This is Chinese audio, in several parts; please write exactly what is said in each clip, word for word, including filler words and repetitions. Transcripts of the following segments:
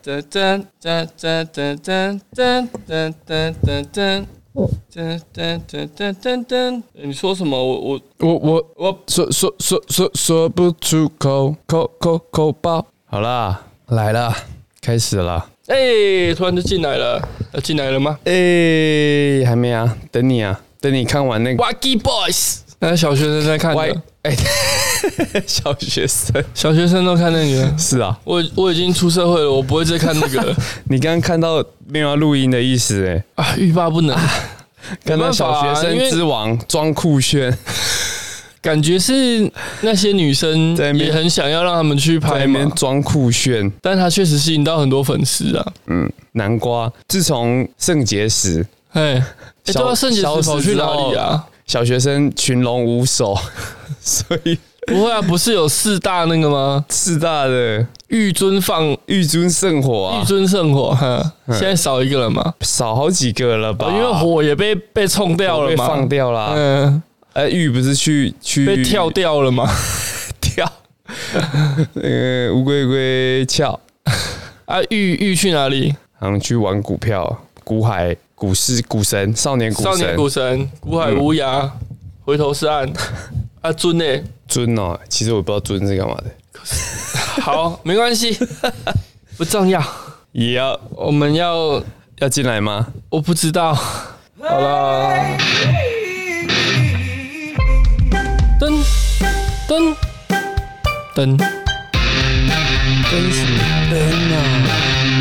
噔噔噔噔噔噔噔噔噔噔噔。噔噔噔噔噔噔，你说什么？我我我我我说说说说说不出口，口口口爆。好啦，来啦，开始了。 哎、欸，突然就进来了，要进来了吗？ 哎、欸，还没啊，等你啊，等你看完那个。 Wacky Boys， 那小学生在看的。 哎、欸，小学生， 小学生都看那个。 是啊， 我我已经出社会了，我不会再看那个了。 你刚刚看到没有要录音的意思哎、欸？ 啊，欲罢不能。 看到小学生之王装酷炫， 感觉是那些女生也很想要让他们去拍嘛， 在那边装酷炫， 但他确实吸引到很多粉丝啊。 嗯，南瓜自从肾结石， 哎，哎，对啊，肾结石跑去哪里啊？ 小学生群龙无首，所以不会啊，不是有四大那个吗？ 四大的玉尊放玉尊圣火啊， 玉尊圣火哈，现在少一个了嘛？ 少好几个了吧？ 因为火也被被冲掉了嘛， 被放掉了。嗯，呃，玉不是去去被跳掉了吗？ 跳，那个乌龟龟翘啊，玉玉去哪里？ 好像去玩股票，股海股市股神少年股神， 少年股神，股海无涯，嗯、回头是岸。啊，尊呢、欸？ 尊哦，其实我不知道尊是干嘛的。 好，没关系，不重要。 也要， 我们要要进来吗？ 我不知道。好啦，噔噔噔灯什么灯啊？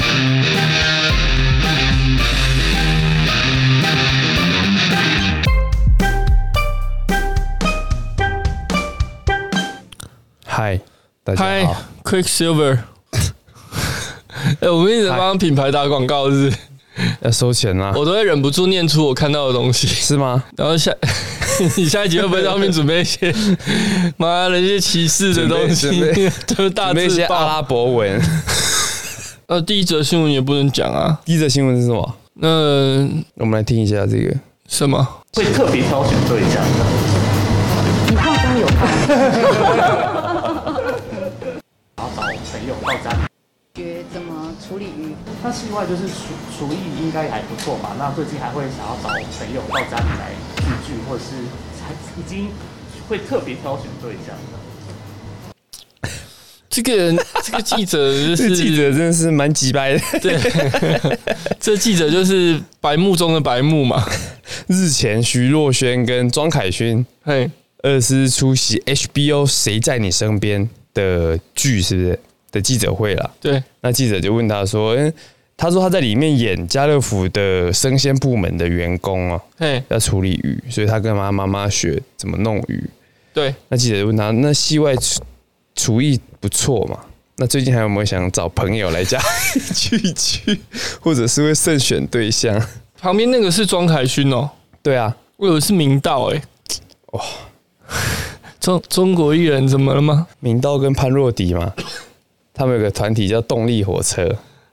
嗨，大家好 ，Quicksilver。哎、欸，我们一直帮品牌打广告，是不是？ 要收钱啊！ 我都会忍不住念出我看到的东西， 是吗？ 然后下你下一集会不会在后面准备一些妈的一些歧视的东西？就是大字报，准备一些阿拉伯文。 呃，第一则新闻也不能讲啊。 第一则新闻是什么？ 那我们来听一下这个。 什么？ 会特别挑选对象的。 你泡汤有泡？ 然后找朋友到家里。 学怎么处理鱼？ 那另外就是厨厨艺应该还不错嘛。那最近还会想要找朋友到家里来聚聚，或者是已经会特别挑选对象的。 这个这个记者就是， 这记者真的是蛮鸡掰的。 对，这记者就是白目中的白目嘛。 日前，徐若瑄跟庄凯勋嘿二师出席 H B O《谁在你身边》的剧，是不是？的记者会啦， 对， 那记者就问他说：“欸、他说他在里面演家乐福的生鲜部门的员工啊，要处理鱼，所以他跟他妈妈学怎么弄鱼。 对， 那记者就问他：那戏外厨厨艺不错嘛？那最近还有没有想找朋友来家里聚一聚，或者是会慎选对象？ 旁边那个是庄凯勋哦， 对啊， 我以为是明道哎、欸，哇，中中国艺人怎么了吗？ 明道跟潘若迪嘛。”他们有个团体叫动力火车，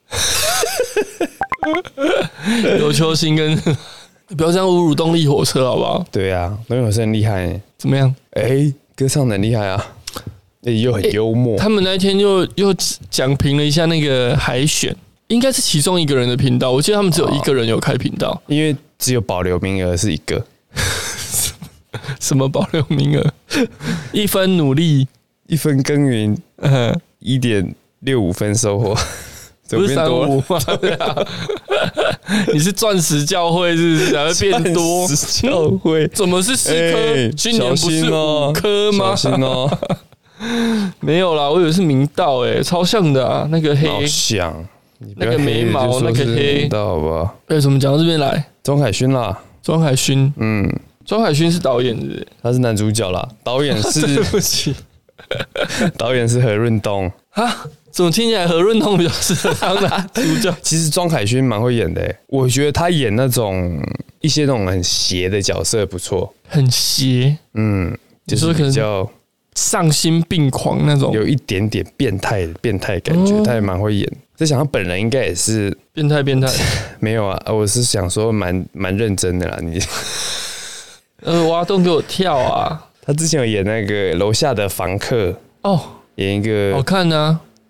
有球星跟不要这样侮辱动力火车好不好？ 对啊，动力火车很厉害、欸， 怎么样？ 哎、欸，歌唱很厉害啊，又很幽默、欸。 他们那天又又讲评了一下那个海选，应该是其中一个人的频道，我记得他们只有一个人有开频道、哦， 因为只有保留名额是一个。 什么保留名额？一分努力， 一分耕耘，嗯。一点六五分收获， 不是三五吗？对啊，你是钻石教会是不是才会变多？ 钻石教会怎么是四颗、欸？今年不是五颗吗？ 小心哦！ 没有啦，我以为是明道哎、欸，超像的啊，那个黑， 好像那个眉毛，那个黑， 明道好不好？ 哎、欸，怎么讲到这边来？ 庄凯勋啦， 庄凯勋， 嗯， 庄凯勋是导演是不是？ 他是男主角啦，导演是对不起。 导演是何润东啊？怎么听起来何润东比较适合当男主角？ 其实庄凯勋蛮会演的、欸，我觉得他演那种一些那种很邪的角色不错， 很邪， 嗯，就是比较丧心病狂那种， 有一点点变态的变态感觉，哦、他也蛮会演。在想他本人应该也是变态变态， 没有啊，我是想说蛮蛮认真的啦，你呃挖洞给我跳啊！ 他之前有演那个楼下的房客哦，演一个好看啊，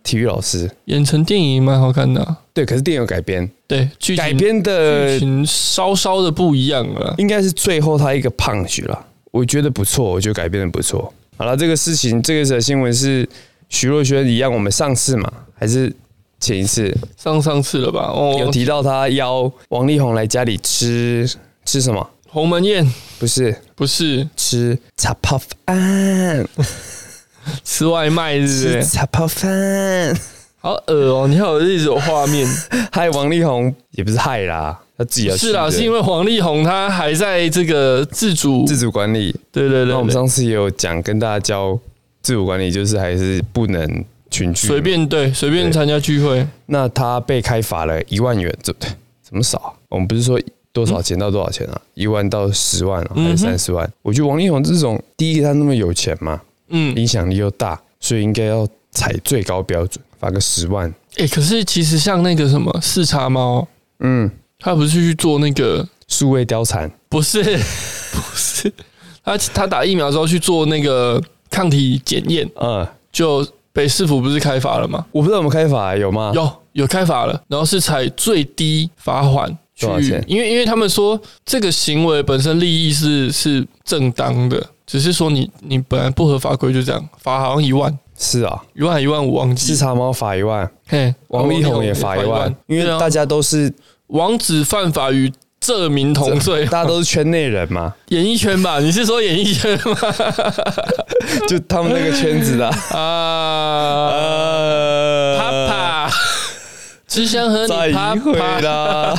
体育老师， 演成电影蛮好看的、啊。 对，可是电影有改编， 对，剧改编的剧情稍稍的不一样了， 应该是最后他一个punch啦，我觉得不错，我觉得改编的不错。好了，这个事情，这个新闻是徐若瑄一样，我们上次嘛，还是前一次？ 上上次了吧？哦， 有提到他邀王力宏来家里吃吃什么？ 鸿门宴？ 不是， 不是， 吃茶泡饭， 吃外卖是不是？ 吃茶泡饭。 好恶哦、喔！你还有一种画面， 害王力宏也不是害啦，他自己要去是啦，是因为王力宏他还在这个自主自主管理， 对对 对, 对。 那我们上次也有讲，跟大家教自主管理，就是还是不能群聚， 随便对随便参加聚会。 那他被开罚了一万元，这怎么少、啊？我们不是说多少钱到多少钱啊？一、嗯、万到十万、啊、还是三十万、嗯？我觉得王力宏这种，第一个他那么有钱嘛，嗯，影响力又大，所以应该要采最高标准。罚个十万， 哎、欸，可是其实像那个什么四叉猫，嗯，他不是去做那个数位貂蝉， 不是，不是，他他打疫苗之后去做那个抗体检验，嗯，就北市府不是开罚了吗？ 我不知道有没有开罚、欸，有吗？ 有，有开罚了，然后是采最低罚款去， 多少钱？ 因为因为他们说这个行为本身利益是是正当的，只是说你你本来不合法规就这样，罚好像一万。 是啊， 一万一万五忘记。 四叉猫罚一万，嘿，王力宏也罚一万，因为大家都是王子犯法与这名同罪， 大家都是圈内人嘛， 演艺圈吧？你是说演艺圈吗？ 就他们那个圈子的啊， 啪啪，只想和你啪啪啦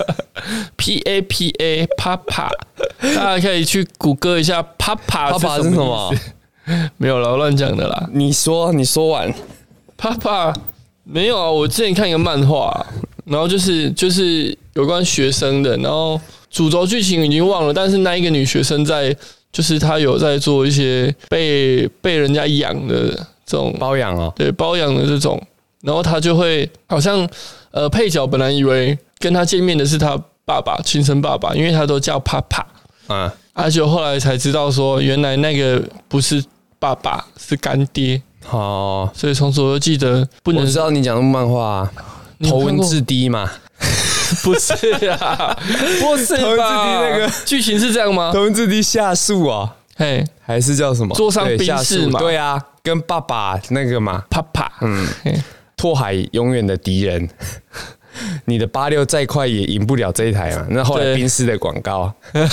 ，P A P A 啪啪，大家可以去谷歌一下啪啪啪是什么？ 没有了，乱讲的啦。 你说，你说完。 啪啪，没有啊。我之前看一个漫画、啊，然后就是就是有关学生的，然后主轴剧情已经忘了，但是那一个女学生在，就是她有在做一些被被人家养的这种包养哦， 对，包养的这种，然后她就会好像呃配角本来以为跟她见面的是她爸爸亲生爸爸，因为她都叫啪啪，嗯，而且后来才知道说，原来那个不是。爸爸是干爹，好，所以从此我就记得不能。 我知道你讲的漫画、啊，头文字 D 嘛， 不是啊，不是吧？头文字 D 那个剧情是这样吗？ 头文字 D 下树啊，嘿，还是叫什么？ 坐上宾士嘛？ 对啊，跟爸爸那个嘛， 啪啪，嗯， 拓海永远的敌人。你的八六再快也赢不了这一台嘛？那后来宾士的广告，看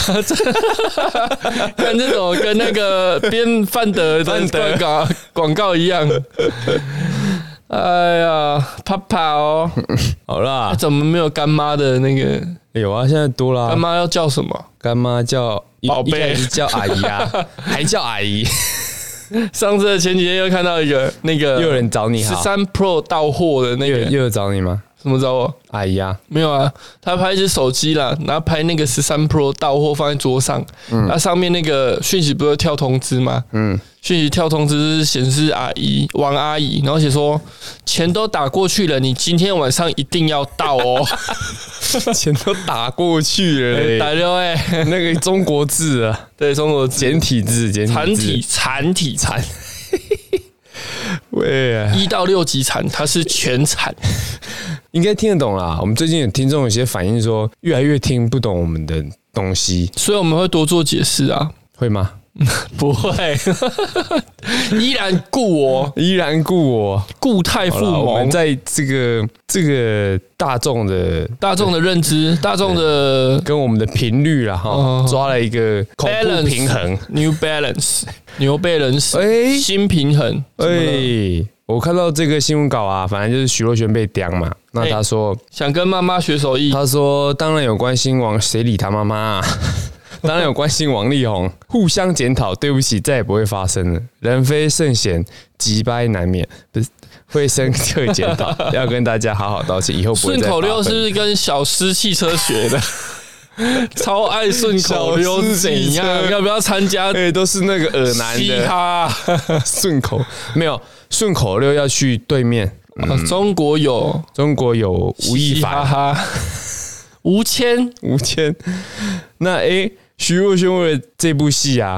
这种跟那个编范德的广告广告一样。哎呀，啪啪哦， 好啦， 怎么没有干妈的那个？ 有啊，现在多啦。 干妈要叫什么？ 干妈叫宝贝， 叫阿姨啊，还叫阿姨。 上次前几天又看到一个那个， 又有人找你好， 十三 Pro 到货的那个， 又有找你吗？ 什么找我？ 阿姨啊， 没有啊，他拍一只手机啦，然后拍那个十三 Pro 到货放在桌上，嗯，那上面那个讯息不是跳通知吗？嗯，讯息跳通知是显示阿姨王阿姨，然后写说钱都打过去了，你今天晚上一定要到哦。 钱都打过去了、欸， 打掉哎， 那个中国字啊， 对，中国字简体字，简体字， 残体，残体，残。 喂、啊， 一到六级残，它是全残， 应该听得懂啦。我们最近有听众有些反映说，越来越听不懂我们的东西， 所以我们会多做解释啊， 会吗？ 不会，依然故我， 依然故我， 固态复萌。 我们在这个这个大众的大众的认知，大众的跟我们的频率啦哈，哦、抓了一个恐怖平衡 ，New Balance， 牛贝伦斯，哎，新平衡。 哎，我看到这个新闻稿啊，反正就是徐若瑄被刁嘛，那他说、 欸、想跟妈妈学手艺， 他说当然有关心王，谁理他妈妈啊？当然有关心王力宏，互相检讨，对不起，再也不会发生了。人非圣贤，急掰难免，不是会深刻检讨，要跟大家好好道歉，以后不会再发生。 顺口溜是不是跟小狮汽车学的？超爱顺口溜是怎样？要不要参加？ 对，都是那个耳男的。 嘻哈顺口没有顺口溜要去对面。 嗯啊、中国有中国有吴亦凡， 哈哈吴谦， 吴谦。那哎。徐若瑄为了这部戏啊，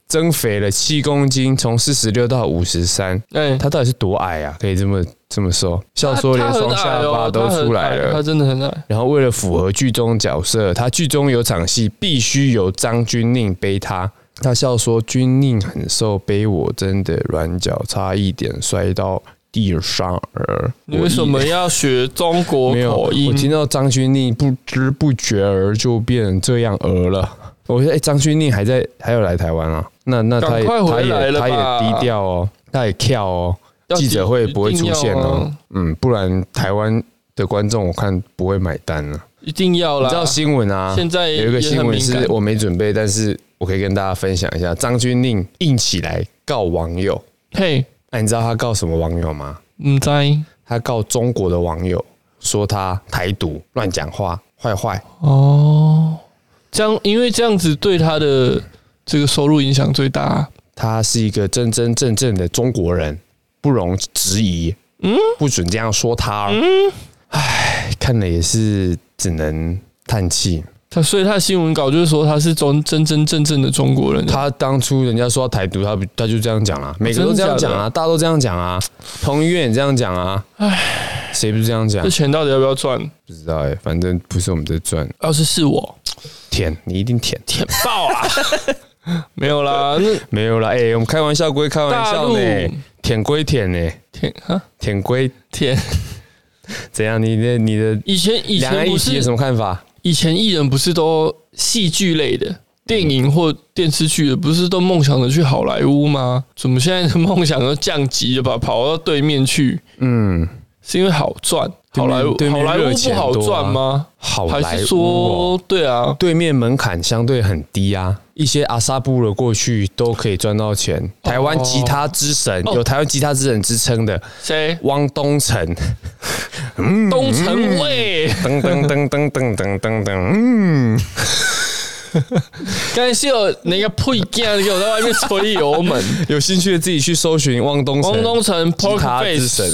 增肥了七公斤，从四十六到五十三。哎，他到底是多矮啊？可以这么这么瘦？笑说连双下巴都出来了， 他, 他, 他真的很矮。 然后为了符合剧中角色，他剧中有场戏必须由张钧甯背他。他笑说：“钧甯很瘦，背我真的软脚差一点摔到地上了。” 你为什么要学中国口音？ 我听到张钧甯不知不觉而就变这样儿了。我觉得，哎，张钧甯还在，还有来台湾啊？那那他也他也他也低调哦，他也跳哦，记者会不会出现哦？嗯，不然台湾的观众我看不会买单了。 一定要啦！ 你知道新闻啊？ 现在有一个新闻是我没准备，但是我可以跟大家分享一下。张钧甯硬起来告网友， 嘿， 那、啊、你知道他告什么网友吗？ 不知道， 他告中国的网友，说他台独、乱讲话、坏坏。 哦，这样，因为这样子对他的这个收入影响最大。 他是一个真真正正的中国人，不容质疑。嗯，不准这样说他。嗯，唉，看了也是。只能叹气。 他所以他的新闻稿就是说他是真真真正正的中国人。 他当初人家说他台独，他他就这样讲啊，每个都这样讲啊，大家都这样讲啊，彭于晏也这样讲啊。唉，谁不是这样讲？ 这钱到底要不要赚？ 不知道哎、欸，反正不是我们在赚。 要是是我， 舔你一定舔舔爆啊！没有啦， 没有啦，哎、欸，我们开玩笑归开玩笑呢，舔归舔呢， 舔啊， 舔归舔。 怎样？你的你的以前以前不是有什么看法？ 以前艺人不是都戏剧类的电影或电视剧的，不是都梦想着去好莱坞吗？怎么现在的梦想都降级了吧？跑到对面去？嗯，是因为好赚。好莱坞好莱坞不好赚吗？ 好莱坞、哦、 还是说对啊？ 对面门槛相对很低啊，一些阿萨布的过去都可以赚到钱。台湾吉他之神、哦、有台湾吉他之神之称的谁？ 汪东城。 嗯、东城卫， 噔噔噔噔噔噔噔噔，嗯， 刚才是有那个配件给我在外面吹油门， 有兴趣的自己去搜寻汪东城。 汪东城 Poker Face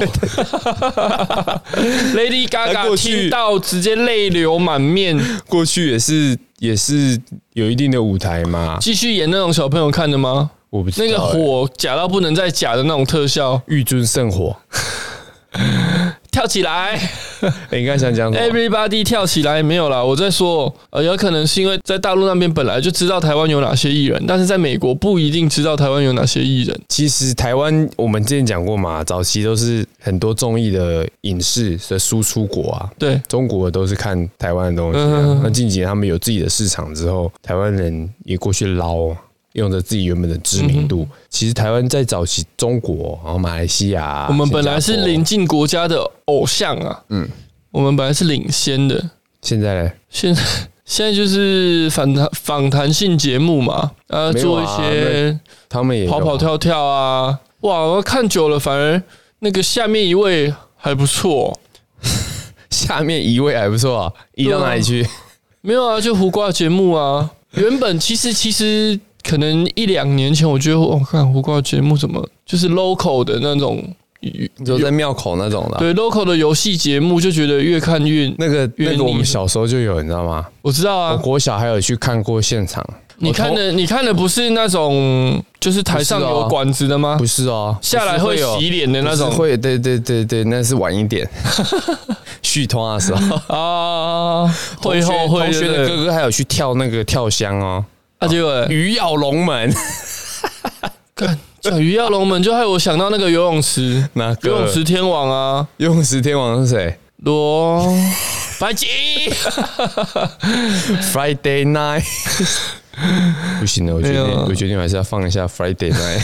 Solo，Lady Gaga 听到直接泪流满面。 过去也是也是有一定的舞台嘛， 继续演那种小朋友看的吗？ 我不知道、欸、 那个火假到不能再假的那种特效， 玉尊圣火。 跳起来！ 欸、你刚才想讲什么 ？Everybody 跳起来没有啦，我在说，呃，有可能是因为在大陆那边本来就知道台湾有哪些艺人，但是在美国不一定知道台湾有哪些艺人。 其实台湾我们之前讲过嘛，早期都是很多综艺的影视的输出国啊， 对， 中国都是看台湾的东西、啊。嗯、那近几年他们有自己的市场之后，台湾人也过去捞。用着自己原本的知名度，嗯、其实台湾在早期中国，然后马来西亚、啊， 我们本来是邻近国家的偶像啊，嗯，我们本来是领先的。 现在呢？ 现在现在就是访谈访谈性节目嘛，呃，做一些他们也跑跑跳跳啊，哇，我看久了反而那个下面一位还不错， 下面一位还不错啊，移到哪里去？ 没有啊，就胡瓜节目啊，原本其实其实。可能一两年前，我觉得我、哦、看胡瓜节目怎么就是 local 的那种， 就在庙口那种的、啊， 对 local 的游戏节目，就觉得越看越那个那个我们小时候就有，你知道吗？ 我知道啊， 我国小还有去看过现场。 你看的你看的不是那种就是台上有管子的吗？ 不是哦， 下来会洗脸的那种， 会对对对对，那是晚一点续通的时候啊，会后会同学的哥哥还有去跳那个跳箱哦。 啊，结果鱼跃龙门， 看讲鱼跃龙门，就害我想到那个游泳池， 哪个游泳池天王啊？ 游泳池天王是谁？ 罗白吉 ，Friday night， 不行了，我决定，我决定还是要放一下 Friday night，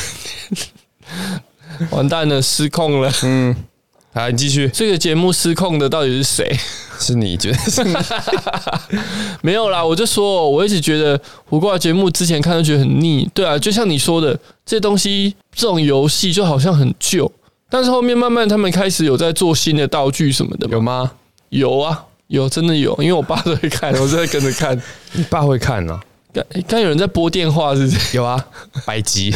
完蛋了，失控了， 嗯。好，你继续。 这个节目失控的到底是谁？ 是你觉得是你？ 没有啦，我就说，我一直觉得胡瓜节目之前看都觉得很腻。对啊，就像你说的，这些东西这种游戏就好像很旧，但是后面慢慢他们开始有在做新的道具什么的。 有吗？ 有啊，有真的有，因为我爸都会看，我就在跟着看。 你爸会看啊？ 刚刚有人在拨电话，是不是？ 有啊，百集。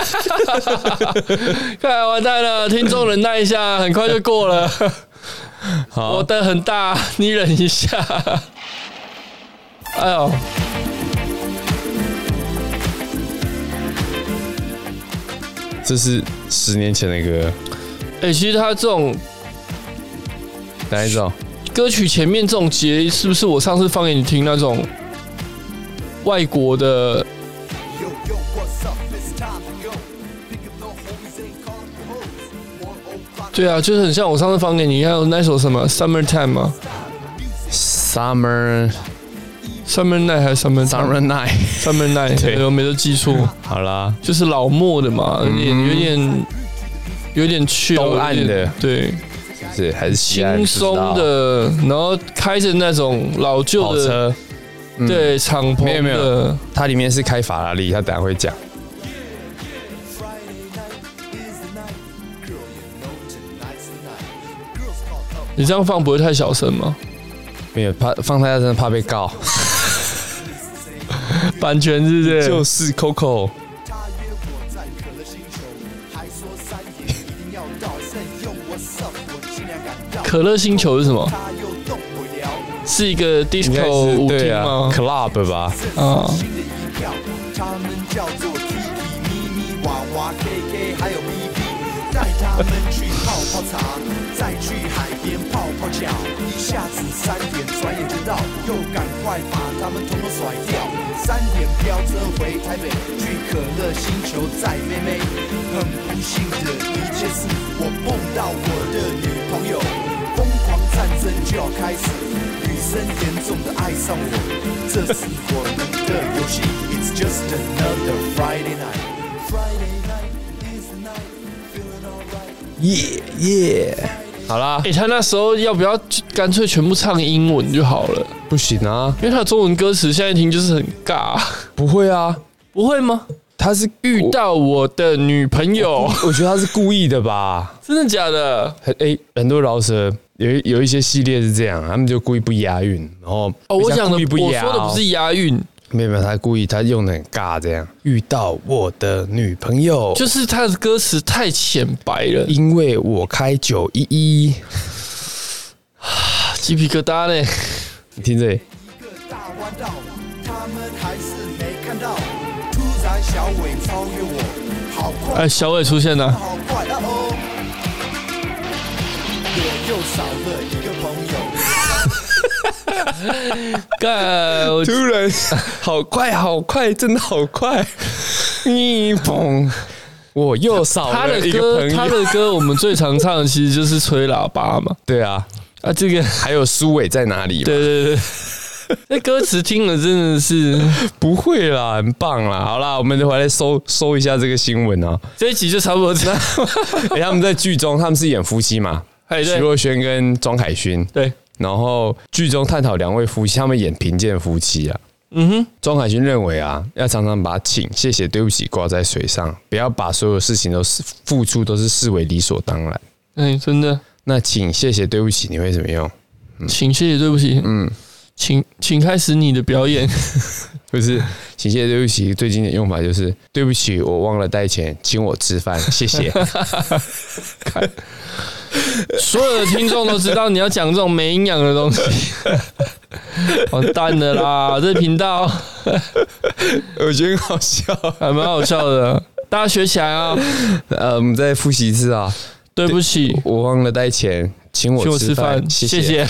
看完蛋了，听众忍耐一下，很快就过了。好，我的很大，你忍一下。哎呦， 这是十年前的歌。 哎、欸，其实他这种哪一种歌曲前面这种节，是不是我上次放给你听那种外国的？对啊，就是很像我上次放给你，还有那首什么《Summertime》吗 ？Summer Summer Night 还是 Summer Summer Night Summer Night？ 对，我没都记错。 好啦， 就是老默的嘛，有点有点有点去东岸的， 对， 是还是轻松的，然后开着那种老旧的车， 嗯、对，敞篷的。 没有没有，它里面是开法拉利，他等下会讲。 你这样放不会太小声吗？ 没有，怕放太大声怕被告。 版权是不是？ 就是 Coco。 可乐星球是什么？是一个 disco 舞厅吗 ？Club 吧。 啊。 带他们去泡泡茶，再去海边泡泡脚，一下子三点，转眼就到，又赶快把他们统统甩掉。三点飙车回台北，去可乐星球载妹妹。很不幸的一件事，我碰到我的女朋友，疯狂战争就要开始，女生严重的爱上我，这是我们的游戏。It's just another Friday night. Friday night is the night. 耶耶，好啦， 哎、欸，他那时候要不要干脆全部唱英文就好了？ 不行啊， 因为他的中文歌词现在听就是很尬。 不会啊， 不会吗？ 他是遇到我的女朋友， 我, 我觉得他是故意的吧？ 真的假的？ 哎、欸，很多饶舌有有一些系列是这样，他们就故意不押韵，然后哦，我讲的不押、哦、 我说的不是押韵。 没有没有，他故意，他用的很尬，这样遇到我的女朋友， 就是他的歌词太浅白了。 因为我开九一一， 鸡皮疙瘩呢。 你听这里。 哎，小伟出现了。 又少了一个朋友。 干！突然，好快，好快，真的好快！一砰！我又少了一个朋友。 他的歌，他的歌，我们最常唱的其实就是吹喇叭嘛。 对啊， 啊，这个还有苏伟在哪里嘛？ 对对对，那歌词听了真的是不会啦，很棒啦。好啦，我们回来搜搜一下这个新闻啊。 这一集就差不多这样。 哎、欸，他们在剧中他们是演夫妻嘛？徐若瑄跟庄凯勋。 对。 然后剧中探讨两位夫妻，他们演贫贱夫妻啊。嗯哼，庄凯勋认为啊，要常常把请、谢谢、对不起挂在嘴上，不要把所有事情都是付出都是视为理所当然。 哎、欸，真的。 那请、谢谢、对不起，你会怎么用？ 嗯、请、谢谢、对不起。嗯，请请开始你的表演。 不是，请、谢谢、对不起，最经典用法就是对不起，我忘了带钱，请我吃饭，谢谢。 所有的听众都知道你要讲这种没营养的东西，完蛋了啦！这频道我觉得很好笑， 还蛮好笑的，大家学起来啊！ 呃，我们再复习一次啊！ 对不起， 我忘了带钱，请我吃饭，谢谢。 谢谢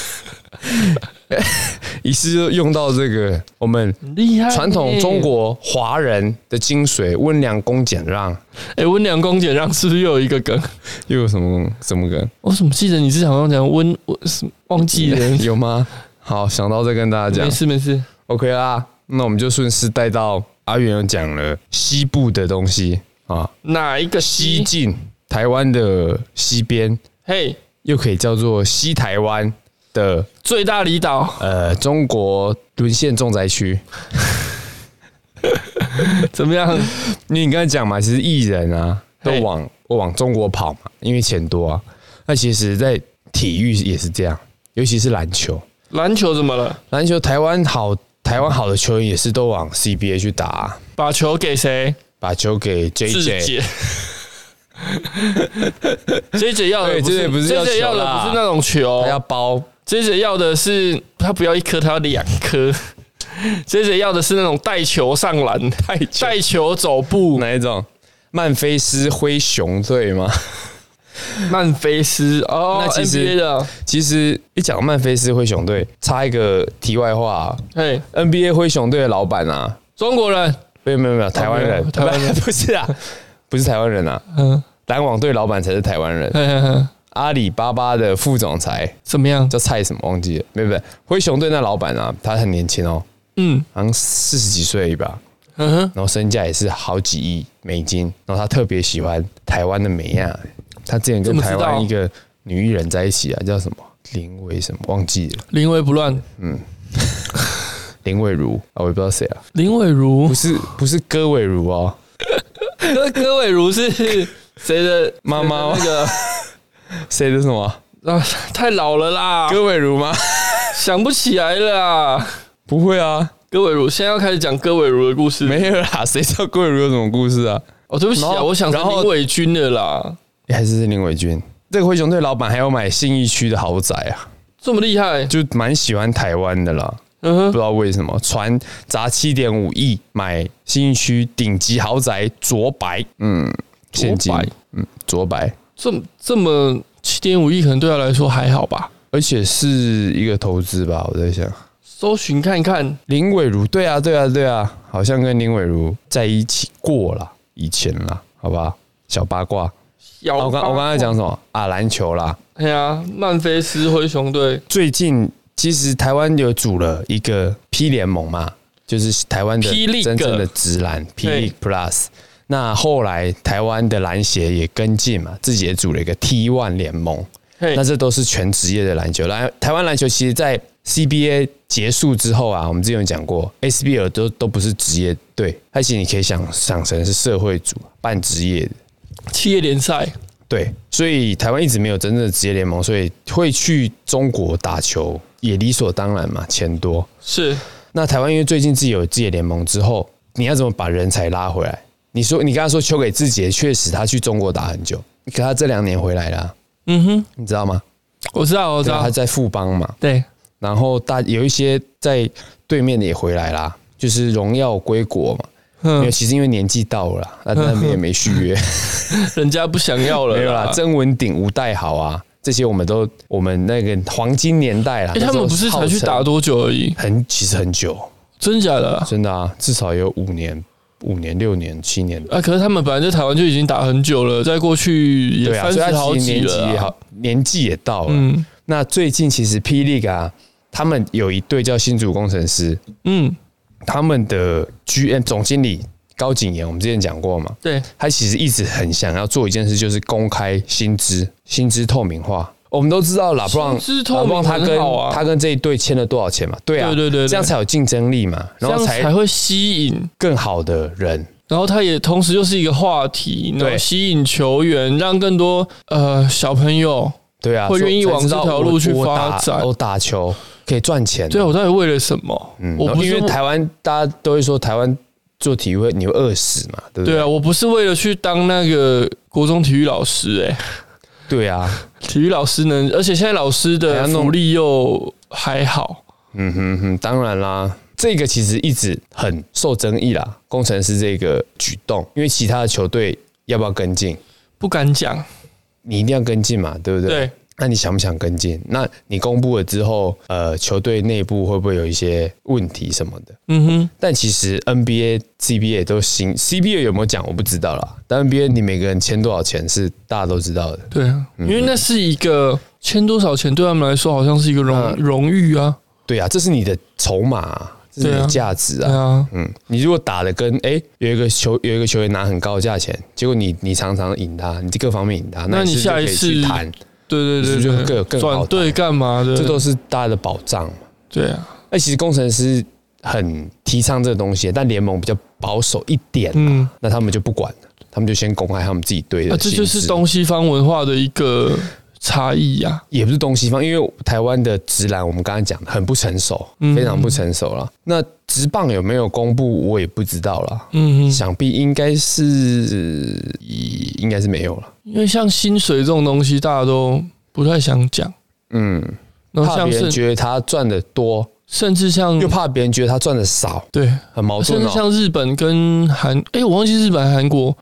一次就用到这个我们传统中国华人的精髓，温良恭俭让。 哎，温良恭俭让是不是又有一个梗？ 又有什么什么梗？ 我怎么记得你是想讲温，忘记了有吗？好，想到再跟大家讲。 没事没事 ，OK 啦。那我们就顺势带到阿元有讲了西部的东西啊， 哪一个西？西晋，台湾的西边， 嘿， 又可以叫做西台湾的最大离岛， 呃，中国沦陷重灾区。 怎么样？ 你你刚才讲嘛，其实艺人啊都往往中国跑嘛，因为钱多啊。那其实，在体育也是这样，尤其是篮球。 篮球怎么了？篮球台湾好，台湾好的球员也是都往 C B A 去打、啊。 把球给谁？ 把球给 J J。 J J 要的不是 J J 要的不是那种球， 他要包。 J J 要的是他不要一颗，他要两颗。J J 要的是那种带球上篮、带球走步哪一种？ 曼菲斯灰熊队吗？ 曼菲斯哦，那其实 N B A 的， 其实一讲曼菲斯灰熊队，插一个题外话、啊， 嘿 ，N B A 灰熊队的老板啊， 中国人， 没有没有没有，台湾人， 台湾人不是啊，不是台湾人啊，嗯，篮网队老板才是台湾人，嘿嘿嘿阿里巴巴的副总裁怎么样？ 叫蔡什么忘记了？没有没有，灰熊队那老板啊，他很年轻哦，嗯，好像四十几岁吧。嗯哼，然后身价也是好几亿美金，然后他特别喜欢台湾的美亚，他之前跟台湾一个女艺人在一起啊，叫什么林伟什么忘记了， 临危不乱，嗯， 林伟如啊，我也不知道谁啊， 林伟如不是不是戈伟如哦， 戈戈伟如是谁的妈妈？那个谁的什么啊？太老了啦， 戈伟如吗？ 想不起来了啦， 不会啊。 戈伟如，现在要开始讲戈伟如的故事。 没有啦，谁知道戈伟如有什么故事啊？ 哦，对不起啊，我想成林伟君的啦， 还是林伟君。这个灰熊队老板还要买信义区的豪宅啊， 这么厉害， 就蛮喜欢台湾的啦。嗯哼，不知道为什么，传砸七点五亿买信义区顶级豪宅卓白，嗯，现金，嗯，卓白， 这这么七点五亿，可能对他来说还好吧， 而且是一个投资吧，我在想。 搜寻看看林伟如，对啊，对啊，对啊，好像跟林伟如在一起过啦，以前啦，好吧，小八卦。小八卦我刚我刚才讲什么啊？篮球啦， 对啊，曼菲斯灰熊队最近其实台湾有组了一个 P 联盟嘛，就是台湾的真正的职篮 P League Plus。那后来台湾的篮协也跟进嘛，自己也组了一个 T 一 联盟。那这都是全职业的篮球。来，台湾篮球其实，在 C B A 结束之后啊，我们之前有讲过 ，S B L 都都不是职业队，它其实你可以想想成是社会组、半职业的企业联赛。 对，所以台湾一直没有真正的职业联盟，所以会去中国打球也理所当然嘛，钱多。 是。 那台湾因为最近自己有自己的联盟之后，你要怎么把人才拉回来？你说你刚才说邱给志杰，确实他去中国打很久，可他这两年回来了、啊。嗯哼，你知道吗？ 我知道，我知道， 他在富邦嘛。 对， 然后大有一些在对面的也回来啦，就是荣耀归国嘛。因为其实因为年纪到了啦，那那边也没续约， 人家不想要了。 没有啦，曾文鼎、吴岱豪啊，这些我们都我们那个黄金年代啦。 哎、欸，他们不是才去打多久而已？ 很其实很久， 真假的、啊？ 真的啊，至少有五年。五年、六年、七年啊！可是他们本来在台湾就已经打很久了，在过去也三十好几了、啊， 年纪也好，年纪也到了。嗯，那最近其实霹雳啊，他们有一队叫新竹工程师，嗯，他们的 G M 总经理高景言，我们之前讲过嘛， 对， 他其实一直很想要做一件事，就是公开薪资、薪资透明化。我们都知道拉布朗，拉布朗他跟他跟这一队签了多少钱嘛？对啊， 对对 对, 对， 这样才有竞争力嘛，然后才才会吸引更好的人。 然后他也同时又是一个话题，然后吸引球员，让更多呃小朋友对啊会愿意往这条路去发展。 我打球可以赚钱， 对，我到底为了什么？ 嗯，我不是因为台湾大家都会说台湾做体育会你会饿死嘛，对不对？ 对啊，我不是为了去当那个国中体育老师、欸，哎。 对啊， 体育老师呢，而且现在老师的福利又还好。 嗯哼哼，当然啦，这个其实一直很受争议啦。工程师这个举动，因为其他的球队要不要跟进？ 不敢讲， 你一定要跟进嘛，对不对？ 对。 那你想不想跟进？那你公布了之后，呃，球队内部会不会有一些问题什么的？嗯哼。但其实 N B A、C B A 都行 ，C B A 有没有讲我不知道啦。但 N B A 你每个人签多少钱是大家都知道的。 对啊，因为那是一个签多少钱对他们来说好像是一个荣荣誉啊。 对啊，这是你的筹码、啊，这是你的价值啊。对啊，嗯，你如果打的跟哎、欸、有一个球有一个球员拿很高的价钱，结果你你常常赢他，你各方面赢他， 那你下一次谈。 对对对， 就更更好转队干嘛的？ 这都是大家的保障嘛。 对啊， 那其实工程师很提倡这个东西，但联盟比较保守一点，嗯，那他们就不管了，他们就先公开他们自己队的、啊。 这就是东西方文化的一个差异呀、啊， 也不是东西方，因为台湾的职篮我们刚才讲的很不成熟，非常不成熟了。嗯、那职棒有没有公布，我也不知道了。嗯，想必应该是应该是没有了。 因为像薪水这种东西，大家都不太想讲。嗯， 怕别人觉得他赚的多， 甚至像又怕别人觉得他赚的少。 对， 很矛盾、哦。 甚至像日本跟韩，哎、欸，我忘记日本还韩国是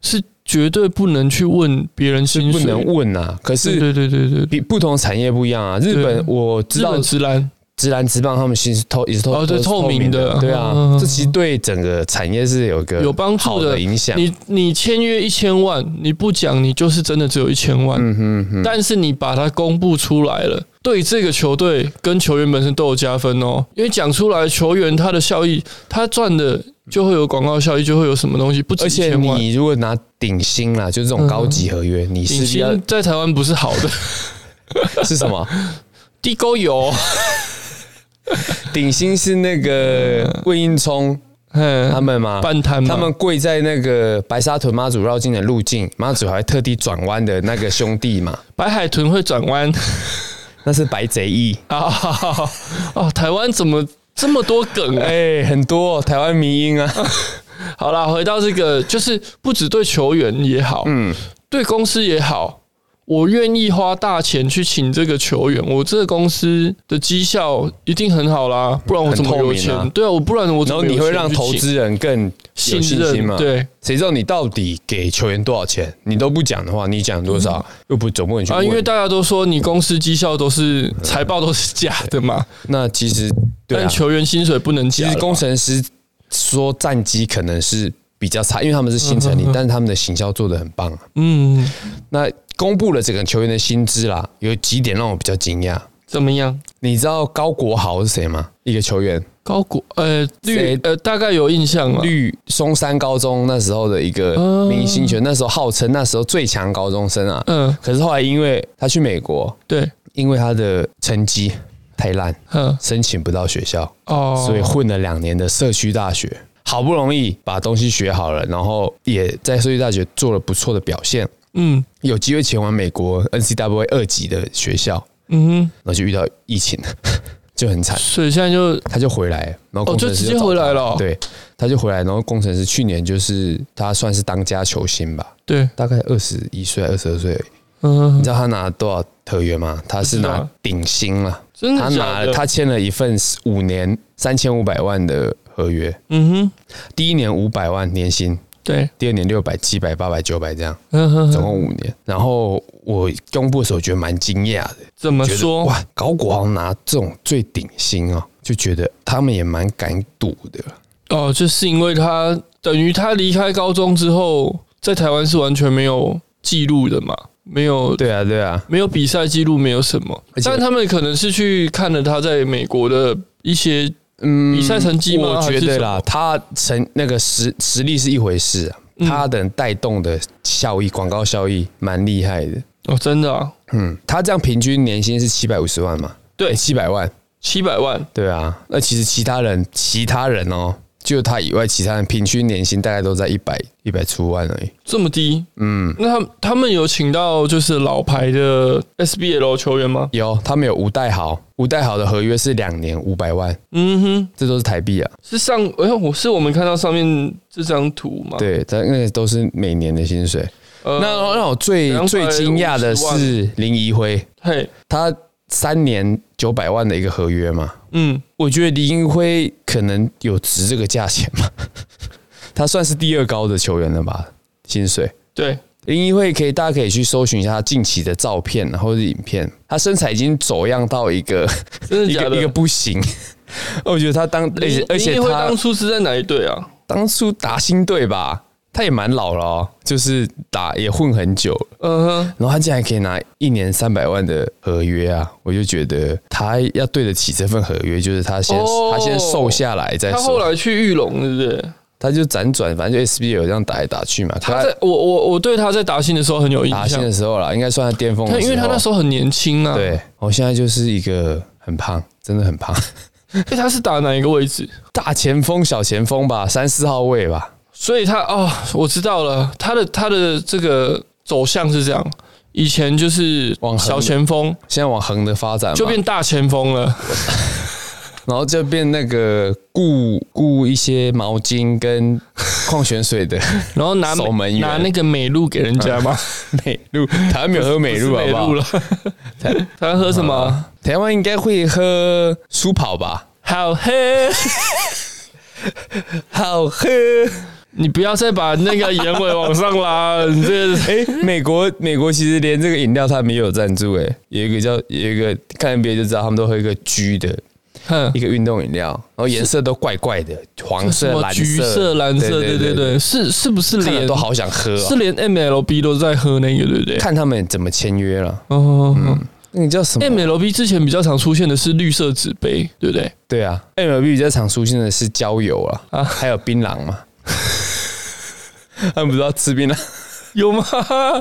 绝对不能去问别人薪水， 不能问啊。可是对对对对， 比不同产业不一样啊。日本我知道， 直男。 直男直棒他们其实透也是透哦，对，透明的， 对啊，这其实对整个产业是有一个有帮助的影响。 你你签约一千万，你不讲，你就是真的只有一千万。嗯哼哼。但是你把它公布出来了，对这个球队跟球员本身都有加分哦。因为讲出来，球员他的效益，他赚的就会有广告效益，就会有什么东西，不止一千万。 而且你如果拿顶薪啦，就是这种高级合约，嗯、你是顶薪在台湾不是好的， 是什么？ 地沟油。 顶薪是那个魏应充他们嘛， 半摊嘛， 他们跪在那个白沙屯妈祖绕境的路径，妈祖还特地转弯的那个兄弟嘛。 白海豚会转弯， 那是白贼翼啊！哦，台湾怎么这么多梗？ 哎、欸，很多、哦、台湾迷因啊。 好啦，回到这个，就是不只对球员也好，嗯，对公司也好。我愿意花大钱去请这个球员，我这个公司的绩效一定很好啦，不然我怎么有钱？啊对啊，我不然我怎么有钱去请？ 然后你会让投资人更有信心嘛？ 对， 谁知道你到底给球员多少钱？你都不讲的话，你讲多少、嗯、又不总不能去问啊？ 因为大家都说你公司绩效都是财报都是假的嘛。 那其实对、啊， 但球员薪水不能假。 其实工程师说战绩可能是比较差，因为他们是新成立，嗯、但是他们的行销做得很棒啊。嗯，那。公布了整个球员的薪资啦，有几点让我比较惊讶。 怎么样？ 你知道高国豪是谁吗？一个球员。 高国呃绿呃大概有印象啊。 绿松山高中那时候的一个明星球员，那时候号称那时候最强高中生啊。嗯。可是后来因为他去美国， 对， 因为他的成绩太烂，嗯，申请不到学校，哦，所以混了两年的社区大学，好不容易把东西学好了，然后也在社区大学做了不错的表现。嗯，有机会前往美国 N C double A 二级的学校，嗯哼，然后就遇到疫情，就很惨， 所以现在就他就回来，然后工程师就, 就直接回来了、哦， 对，他就回来，然后工程师去年就是他算是当家球星吧， 对， 大概二十一岁、二十二岁，嗯，你知道他拿多少合约吗？他是拿顶薪了， 真的假的？ 他拿了，他签了一份五年三千五百万的合约，嗯哼，第一年五百万年薪。 对， 第二年六百、七百、八百、九百这样，总共五年。然后我公布的时候觉得蛮惊讶的， 怎么说？ 哇，高国豪拿这种最顶薪哦，就觉得他们也蛮敢赌的。 哦，就是因为他等于他离开高中之后，在台湾是完全没有记录的嘛，没有。 对啊，对啊， 没有比赛记录，没有什么。但他们可能是去看了他在美国的一些。嗯，比赛成绩吗？ 我觉得啦，他成那个实实力是一回事啊，嗯、他的带动的效益，广告效益蛮厉害的哦，真的啊。 嗯，他这样平均年薪是七百五十万嘛？ 对， 七百万， 七百万。 对啊，那其实其他人，其他人哦，就他以外，其他人平均年薪大概都在一百一百出万而已， 这么低？嗯，那他他们有请到就是老牌的 S B L 球员吗？ 有，他们有吴代豪。吴代豪的合约是两年五百万，嗯哼，这都是台币啊。 是上，哎，我是我们看到上面这张图嘛？ 对，他那个都是每年的薪水。呃、那让我最最惊讶的是林怡辉，嘿，他三年九百万的一个合约嘛，嗯，我觉得林怡辉可能有值这个价钱嘛，他算是第二高的球员了吧，薪水。 对。 林怡辉可以，大家可以去搜寻一下他近期的照片或者是影片，他身材已经走样到一个真的假的一个一个不行。我觉得他当而且而且他当初是在哪一队啊？ 当初打新队吧，他也蛮老了哦，就是打也混很久了。嗯哼，然后他竟然可以拿一年三百万的合约啊，我就觉得他要对得起这份合约，就是他先、哦、他先瘦下来再说。 他后来去玉龙，对不对？ 他就辗转，反正就 S B L 这样打来打去嘛。 他在我我我对他在打新的时候很有印象。 打新的时候啦，应该算他巅峰的时候。 因为他那时候很年轻啊。 对，我现在就是一个很胖，真的很胖。 哎，他是打哪一个位置？ 大前锋、小前锋吧，三四号位吧。 所以他哦，我知道了，他的他的这个走向是这样。以前就是小前锋， 现在往横的发展， 就变大前锋了。 然后就变那个雇雇一些毛巾跟矿泉水的， 然后拿守门员拿那个美露给人家吗？ 美露，台湾没有喝美露好不好？ 台台湾喝什么？ 台湾应该会喝舒跑吧？ 好喝， 好喝。 你不要再把那个眼尾往上拉，你这个哎、欸，美国美国其实连这个饮料他们也有赞助，哎，有一个叫有一个看 N B A 就知道，他们都喝一个 G 的。一个运动饮料，然后颜色都怪怪的，黄色、蓝色、 橘色、蓝色，对对对，是是不是连都好想喝、哦？ 是连 M L B 都在喝那个，对不对？ 看他们怎么签约了。 哦，嗯， 那个叫什么 ？M L B 之前比较常出现的是绿色纸杯，对不对？ 对啊 ，M L B 比较常出现的是焦油啊，啊还有槟榔嘛。他们不知道吃槟榔有吗？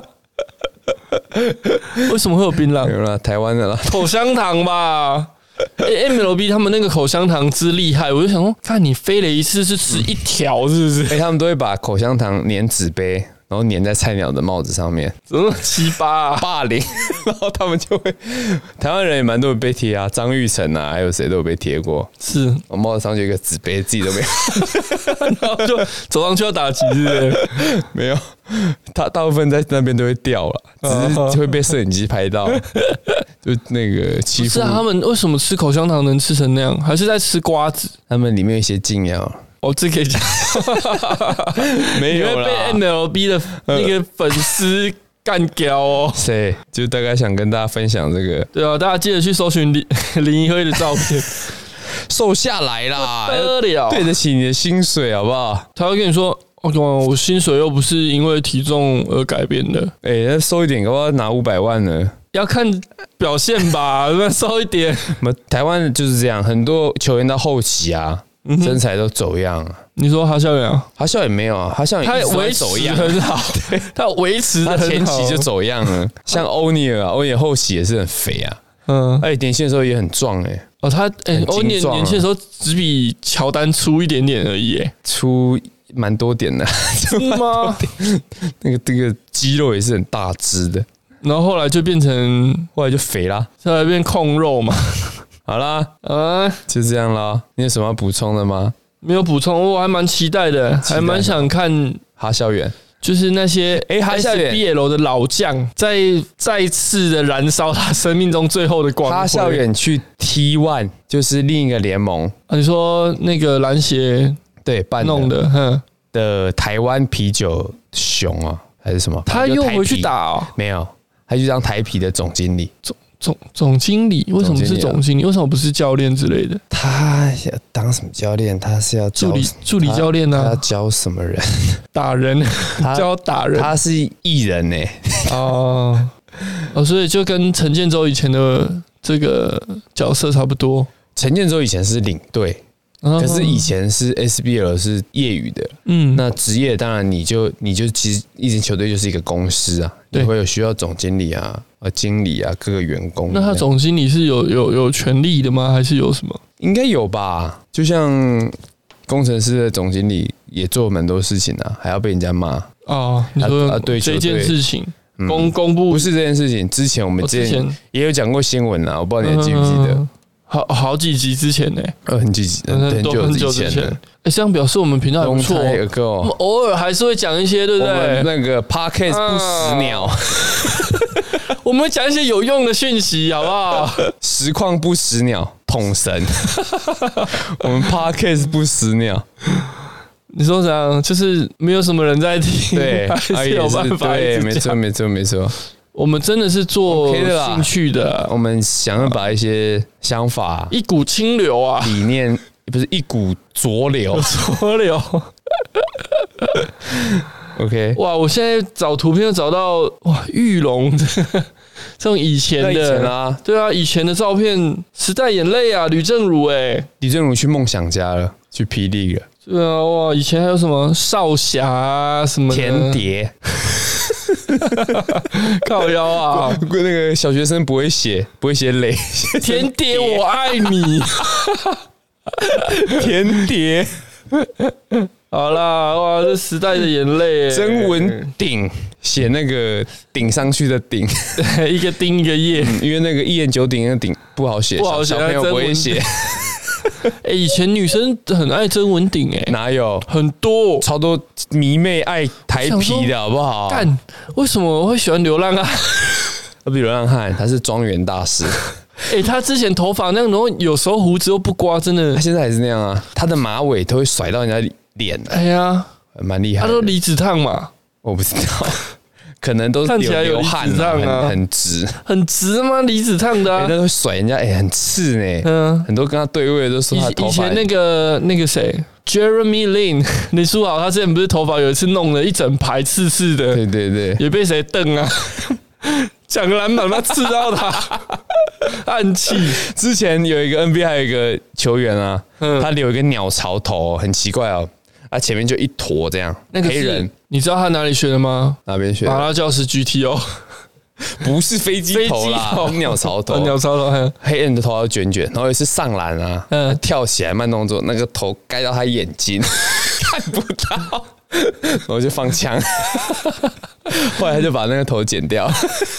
为什么会有槟榔？ 有啦，台湾的啦， 口香糖吧。欸、M L B 他们那个口香糖之厉害，我就想说，看你飞了一次是吃一条，是不是？ 哎、欸，他们都会把口香糖粘纸杯，然后粘在菜鸟的帽子上面， 怎么七八啊？ 霸凌，然后他们就会，台湾人也蛮多人被贴啊，张玉成啊，还有谁都有被贴过。 是， 我帽子上就有一个纸杯，自己都没有， 然后就走上去要打击，是不是？ 没有。他大部分在那边都会掉了，只是会被摄影机拍到，就那个欺负。 是啊，他们为什么吃口香糖能吃成那样？还是在吃瓜子？ 他们里面有一些禁药。 哦，这可以讲， 没有啦， 被 M L B 的那个粉丝干掉哦。 谁？就大概想跟大家分享这个。 对啊，大家记得去搜寻林林一辉的照片。 瘦下来啦， 得了， 对得起你的薪水，好不好？ 他会跟你说。哦，我薪水又不是因为体重而改变的。 哎、欸，那瘦一点，搞不好拿五百万呢。 要看表现吧，那瘦一点。 台湾就是这样，很多球员到后期啊，嗯、身材都走样啊。 你说哈孝远啊？ 哈孝远没有啊，哈孝远他维持很好，对，他维持的他前期就走样了。像欧尼尔啊，欧尼尔后期也是很肥啊。嗯，哎，年轻的时候也很壮哎、欸。 哦，他哎，欧尼尔年轻的时候只比乔丹粗一点点而已、欸， 粗。蛮多点的， 是吗？ 那个这个肌肉也是很大只的， 然后后来就变成， 后来就肥啦， 后来变控肉嘛。 好啦，啊，就这样啦。你有什么要补充的吗？ 没有补充，我还蛮期待的，还蛮想看哈孝远， 就是那些哎哈孝远 B L 的老将，再再次的燃烧他生命中最后的光辉。 哈孝远去 T 一 就是另一个联盟啊，你说那个篮协。 对，办弄的，哼的台湾啤酒熊啊，还是什么？ 他又回去打哦？ 没有，他就当台啤的总经理。 总总总经理为什么是总经理？为什么不是教练之类的？ 他要当什么教练？他是要助理助理教练呢、啊？ 他要教什么人？ 打人，教打人。 他是艺人呢、欸。 哦哦，所以就跟陈建州以前的这个角色差不多。 陈建州以前是领队。可是以前是 S B L 是业余的，嗯，那职业当然你就你就其实一支球队就是一个公司啊，你会有需要总经理啊、啊经理啊各个员工。 那他总经理是有有有权利的吗？还是有什么？ 应该有吧。就像工程师的总经理也做蛮多事情啊，还要被人家骂哦。你说啊，对这件事情公公布不是这件事情，之前我们之前也有讲过新闻啊，我不知道你还记不记得。 好好几集之前呢、欸， 呃，很几集，很久很久之前了。 哎、欸，这样表示我们频道还不错、哦，我们偶尔还是会讲一些，对不对？我们那个 podcast 不死鸟，啊、 我们讲一些有用的讯息，好不好？ 实况不死鸟，统神，我们 podcast 不死鸟。 你说怎样？就是没有什么人在听， 对， 还是有办法。 对，没错，没错，没错。 我们真的是做兴趣的， okay、我们想要把一些想法， 一股清流啊， 理念不是一股浊流， 浊流。 OK， 哇！我现在找图片找到哇，玉龙这种以前的， 以前啊， 对啊，以前的照片，时代眼泪啊，吕正如哎、欸， 吕正如去梦想家了，去霹雳了， 对啊，哇！以前还有什么少侠啊，什么田蝶。 靠腰啊！ 那个小学生不会写，不会写累。 田蝶，我爱你。 田蝶， 好啦，哇，这时代的眼泪。 曾文鼎写那个顶上去的顶， 一个丁一个叶、 嗯，因为那个一言九鼎的鼎不好写， 不好写， 小朋友不会写。 哎、欸，以前女生很爱曾文鼎，哎， 哪有很多超多迷妹爱台啤的好不好？ 干，为什么我会喜欢流浪汉？ 不是流浪汉，他是庄园大师。 哎、欸，他之前头发那样，然后有时候胡子又不刮，真的。 他现在还是那样啊，他的马尾都会甩到人家脸。 哎呀， 蛮厉害。 他都离子烫嘛， 我不知道，可能都看起来有流汗啊， 很很直， 很直吗？离子烫的、啊， 那会甩人家，哎、欸，很刺呢。嗯，很多跟他对位的都说他头发。 以前那个那个谁 ，Jeremy Lin 李书豪，他之前不是头发有一次弄了一整排刺刺的， 对对对， 也被谁瞪啊？抢篮板他刺到他，暗气。 之前有一个 N B A 还有一个球员啊，嗯、他留一个鸟巢头，很奇怪哦。啊，前面就一坨这样， 那个黑人， 你知道他哪里学的吗？ 哪边学的？ 马拉教师 G T O， 不是飞机头啦，头鸟巢头， 鸟巢头， 黑人的头要卷卷，然后有一次上篮啊，嗯、跳起来慢动作，那个头盖到他眼睛，看不到，然后就放枪，后来他就把那个头剪掉，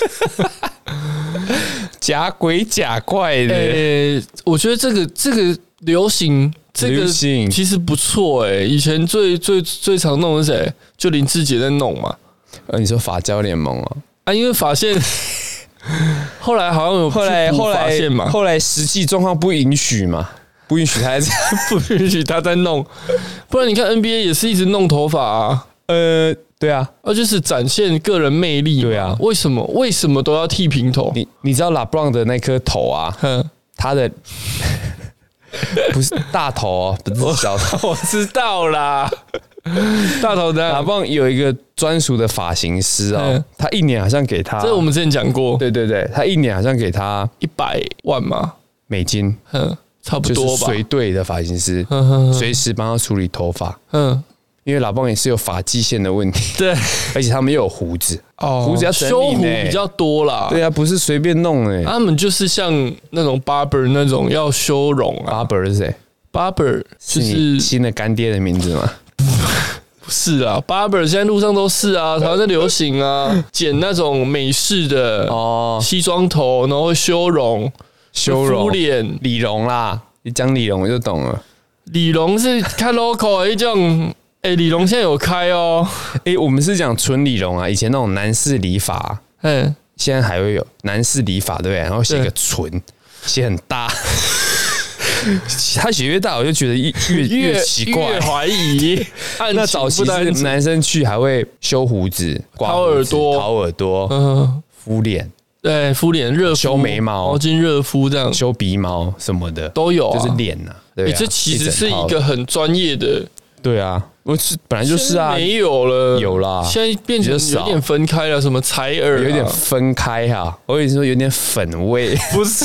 假鬼假怪的。 欸、我觉得这个这个流行。这个其实不错哎、欸，以前最最最常弄的是谁？就林志杰在弄嘛。 呃，你说法教联盟哦？ 啊，因为发现后来好像有后来后来发现嘛， 后来实际状况不允许嘛，不允许他在不允许他在弄，不然你看 N B A 也是一直弄头发啊。 呃，对啊， 啊，就是展现个人魅力。 对啊， 为什么为什么都要剃平头？ 你你知道 LeBron 的那颗头啊，他的。不是大头哦，不是小头。 我知道啦，大头的打棒有一个专属的发型师哦，他一年好像给他， 这我们之前讲过。 对对对，他一年好像给他一百万嘛美金， 嗯，差不多吧。 就是随队的发型师，随时帮他处理头发。嗯。因为老棒也是有发际线的问题， 对， 而且他们又有胡子， 哦， 胡子要整理修胡比较多啦， 对啊，不是随便弄哎、欸， 他们就是像那种 barber 那种要修容啊 ，barber 是谁 ？barber 就是新的干爹的名字吗？ 不是啊 ，barber 现在路上都是啊，台湾在流行啊，剪那种美式的哦西装头，然后修容、 修容、 敷脸、 理容啦，你讲理容我就懂了， 理容是看 local 的一种。哎、欸，理容现在有开哦。 哎、欸，我们是讲纯理容啊，以前那种男士理发，嗯，现在还会有男士理发，对不对？然后写个纯，写很大，他写越大，我就觉得越越越奇怪， 越怀疑。 那早期是男生去还会修胡子、 掏耳朵、 掏耳朵，嗯，敷脸。 对，敷脸、热修眉毛、 毛巾热敷这样， 修鼻毛什么的都有、啊， 就是脸呐、啊。对、啊欸，这其实是一个很专业的。 对啊，我是本来就是啊， 没有了， 有啦， 现在变成有点分开了，什么采耳、啊， 有点分开哈、啊。我跟你说，有点粉味， 不是，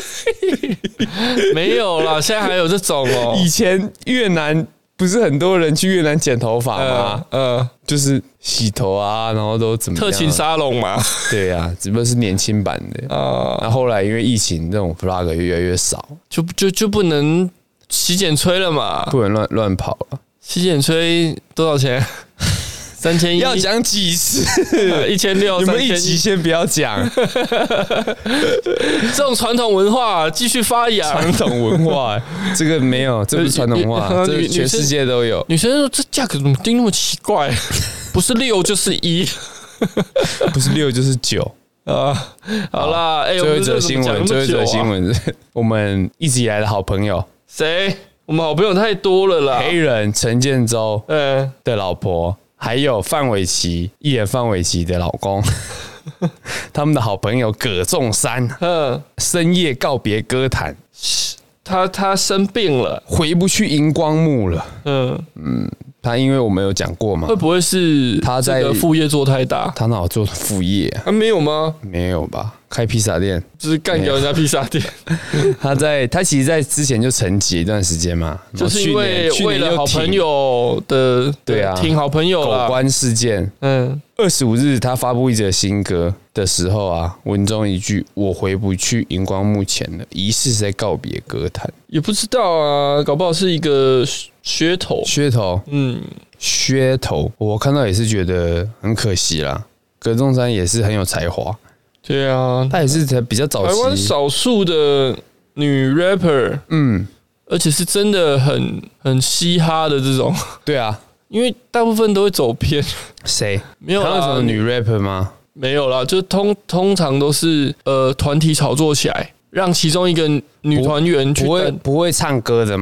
没有啦，现在还有这种哦。 以前越南不是很多人去越南剪头发吗？呃，呃就是洗头啊，然后都怎么样、啊、 特勤沙龙嘛？ 对啊，只不过是年轻版的啊。那、呃、后来因为疫情，这种 vlog 越来越少， 就就就不能洗剪吹了嘛， 不能乱乱跑了。 洗剪吹多少钱？三千一。 要讲几次？ 一千六。 有没有一集先不要讲？ 这种传统文化继续发扬。 传统文化，这个没有，这不是传统文化，这全世界都有。 女生说：“这价格怎么定那么奇怪？不是六就是一， 不是六就是九啊！”好啦，哎， 最后一则新闻，最后一则新闻是我们一直以来的好朋友， 谁？我们好朋友太多了啦！ 黑人陈建州的老婆，还有范玮琪艺人范玮琪的老公，他们的好朋友葛仲山，嗯，深夜告别歌坛， 他他生病了， 回不去荧光幕了。嗯嗯，他因为我们有讲过嘛， 会不会是他在副业做太大？ 他哪有做副业啊？ 啊，没有吗？ 没有吧？开披萨店， 就是干掉人家披萨店。 他在他其实，在之前就沉寂一段时间嘛， 就是因为为了好朋友的， 对啊， 挺好朋友狗官事件。嗯，二十五日他发布一则新歌的时候啊，文中一句“我回不去荧光幕前了”，疑似是在告别歌坛。 也不知道啊，搞不好是一个噱头。 噱头，嗯，噱头，我看到也是觉得很可惜啦。葛仲山也是很有才华。 对啊， 她也是比较早期台湾少数的女 rapper， 嗯，而且是真的很很嘻哈的这种。 对啊， 因为大部分都会走偏。 谁？ 没有啦？ 还有什么女 rapper 吗？ 没有啦，就通通常都是呃团体炒作起来，让其中一个女团员去不会不会唱歌的嘛。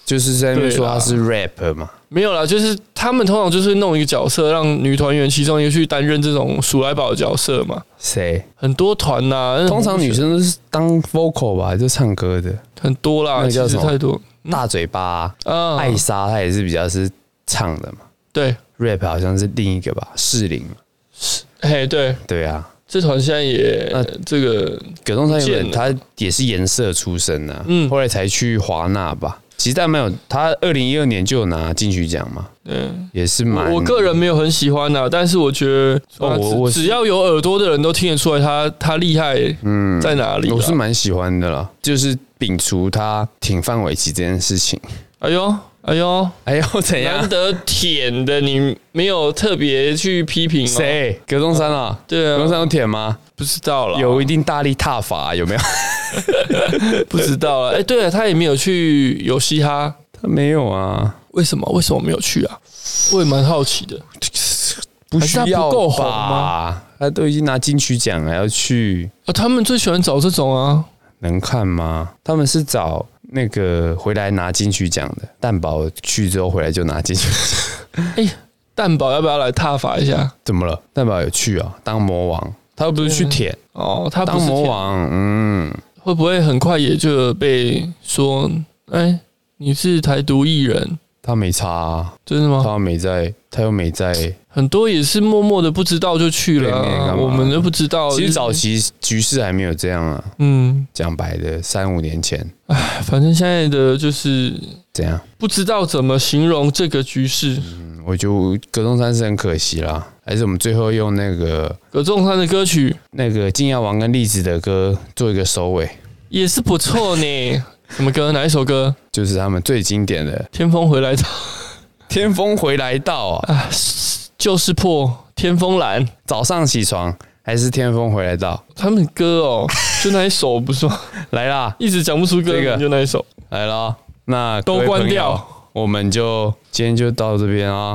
就是在那边说他是 rap 嘛。 没有啦，就是他们通常就是弄一个角色，让女团员其中一个去担任这种鼠来宝的角色嘛。 谁？ 很多团呐、啊， 通常女生都是当 vocal 吧，就唱歌的。 很多啦， 那叫什么？ 太多。 大嘴巴啊，艾莎她也是比较是唱的嘛。 对 ，rap 好像是另一个吧，士林。 嘿，对对啊， 这团现在也那这个葛仲山原本他也是颜色出身的、啊，嗯，后来才去华纳吧。其实但没有，他二零一二年就有拿金曲奖嘛，嗯，也是蛮。 我个人没有很喜欢呐、啊，但是我觉得，哦，我我只要有耳朵的人都听得出来他他厉害，嗯，在哪里？ 我是蛮喜欢的啦，就是摒除他挺范玮琪这件事情。 哎呦，哎呦， 哎呦，怎样？ 难得舔的，你没有特别去批评吗？ 谁？葛仲山啊？ 对啊， 葛仲山有舔吗？ 不知道了， 有一定大力踏伐，有没有？ 不知道了。哎、欸，对了，他也没有去有嘻哈， 他没有啊？ 为什么？为什么没有去啊？我也蛮好奇的。 不需要吧？ 他不够红吗？ 他都已经拿金曲奖了，要去啊？他们最喜欢找这种啊？ 能看吗？他们是找那个回来拿金曲奖的，蛋堡去之后回来就拿金曲奖。 哎、欸，蛋堡要不要来踏伐一下？ 怎么了？蛋堡有去啊？当魔王，他又不是去舔哦，他不是当魔王，嗯， 会不会很快也就被说？哎、欸，你是台独艺人？ 他没差啊， 真的吗？ 他没在，他又没在， 很多也是默默的不知道就去了、啊，我们都不知道。 其实早期局势还没有这样啊，嗯，讲白的，三五年前， 哎，反正现在的就是怎样， 不知道怎么形容这个局势。 嗯，我觉得葛仲山是很可惜啦，还是我们最后用那个葛仲山的歌曲， 那个金耀王跟栗子的歌做一个收尾， 也是不错呢。什么歌？哪一首歌？ 就是他们最经典的《 天风回来到》。 天风回来到啊， 啊就是破天风蓝。 早上起床还是天风回来到？ 他们歌哦，就那一首不是吗？ 来啦， 一直讲不出歌，这个就那一首来了。那都关掉， 我们就今天就到这边啊。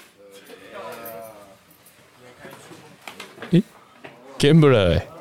诶 ，Gambler 哎。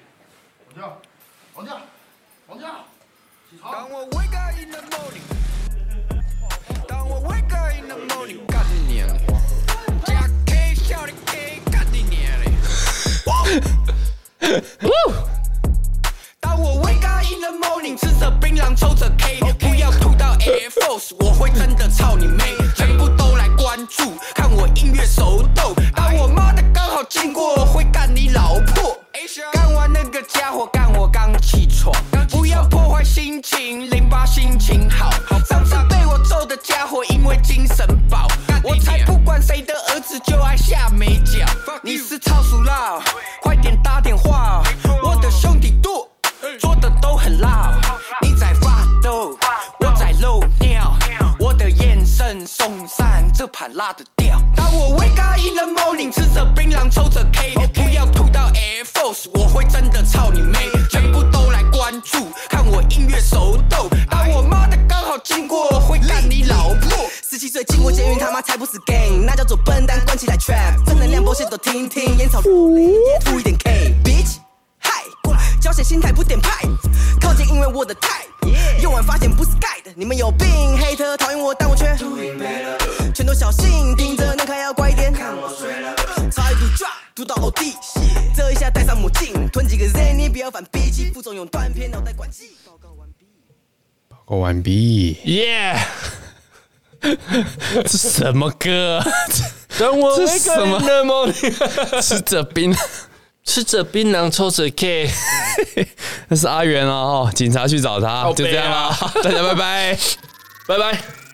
当我 wake up in the morning， 吃着槟榔，抽着 K， 不要吐到 Air Force， 我会真的操你妹！全部都来关注，看我音乐手抖。当我妈的刚好经过，我会干你老婆。干完那个家伙，干我刚起床，不要破坏心情，零八心情好。上次被我揍的家伙，因为精神饱，我才不管谁的儿子就爱下美脚。你是超熟辣，快点打电话，我的兄弟多，做的都很辣。你在发抖，我在漏尿，我的眼神松散，这盘拉得掉。当我 wake up in the morning， 吃着槟榔，抽着 K， 不要吐到 Air Force， 我会真的操你妹！全部都来关注，看我音乐手抖。当我妈的刚好经过，我会干你老婆。十七岁进过监狱，他妈才不是 gang， 那叫做笨蛋，关起来 trap， 正能量波线都听听，烟草入雷也吐一点 K，bitch， 嗨，交血心态不点派，靠近因为我的 type， 用完发现不是盖的，你们有病 ，hater 讨厌我，但我却全都小心，盯着能看要乖一点，看我睡了，超一度 drop， 读到 O D， 这一下戴上墨镜，吞几个 Z， 你不要反脾气，副总用断片脑袋管气。报告完毕。 报告完毕。 耶！ 这什么歌？ 等我这什么？ 吃着槟， 吃着槟榔，抽着 K， 那是阿元哦，警察去找他，就这样啦，大家拜拜， 拜拜。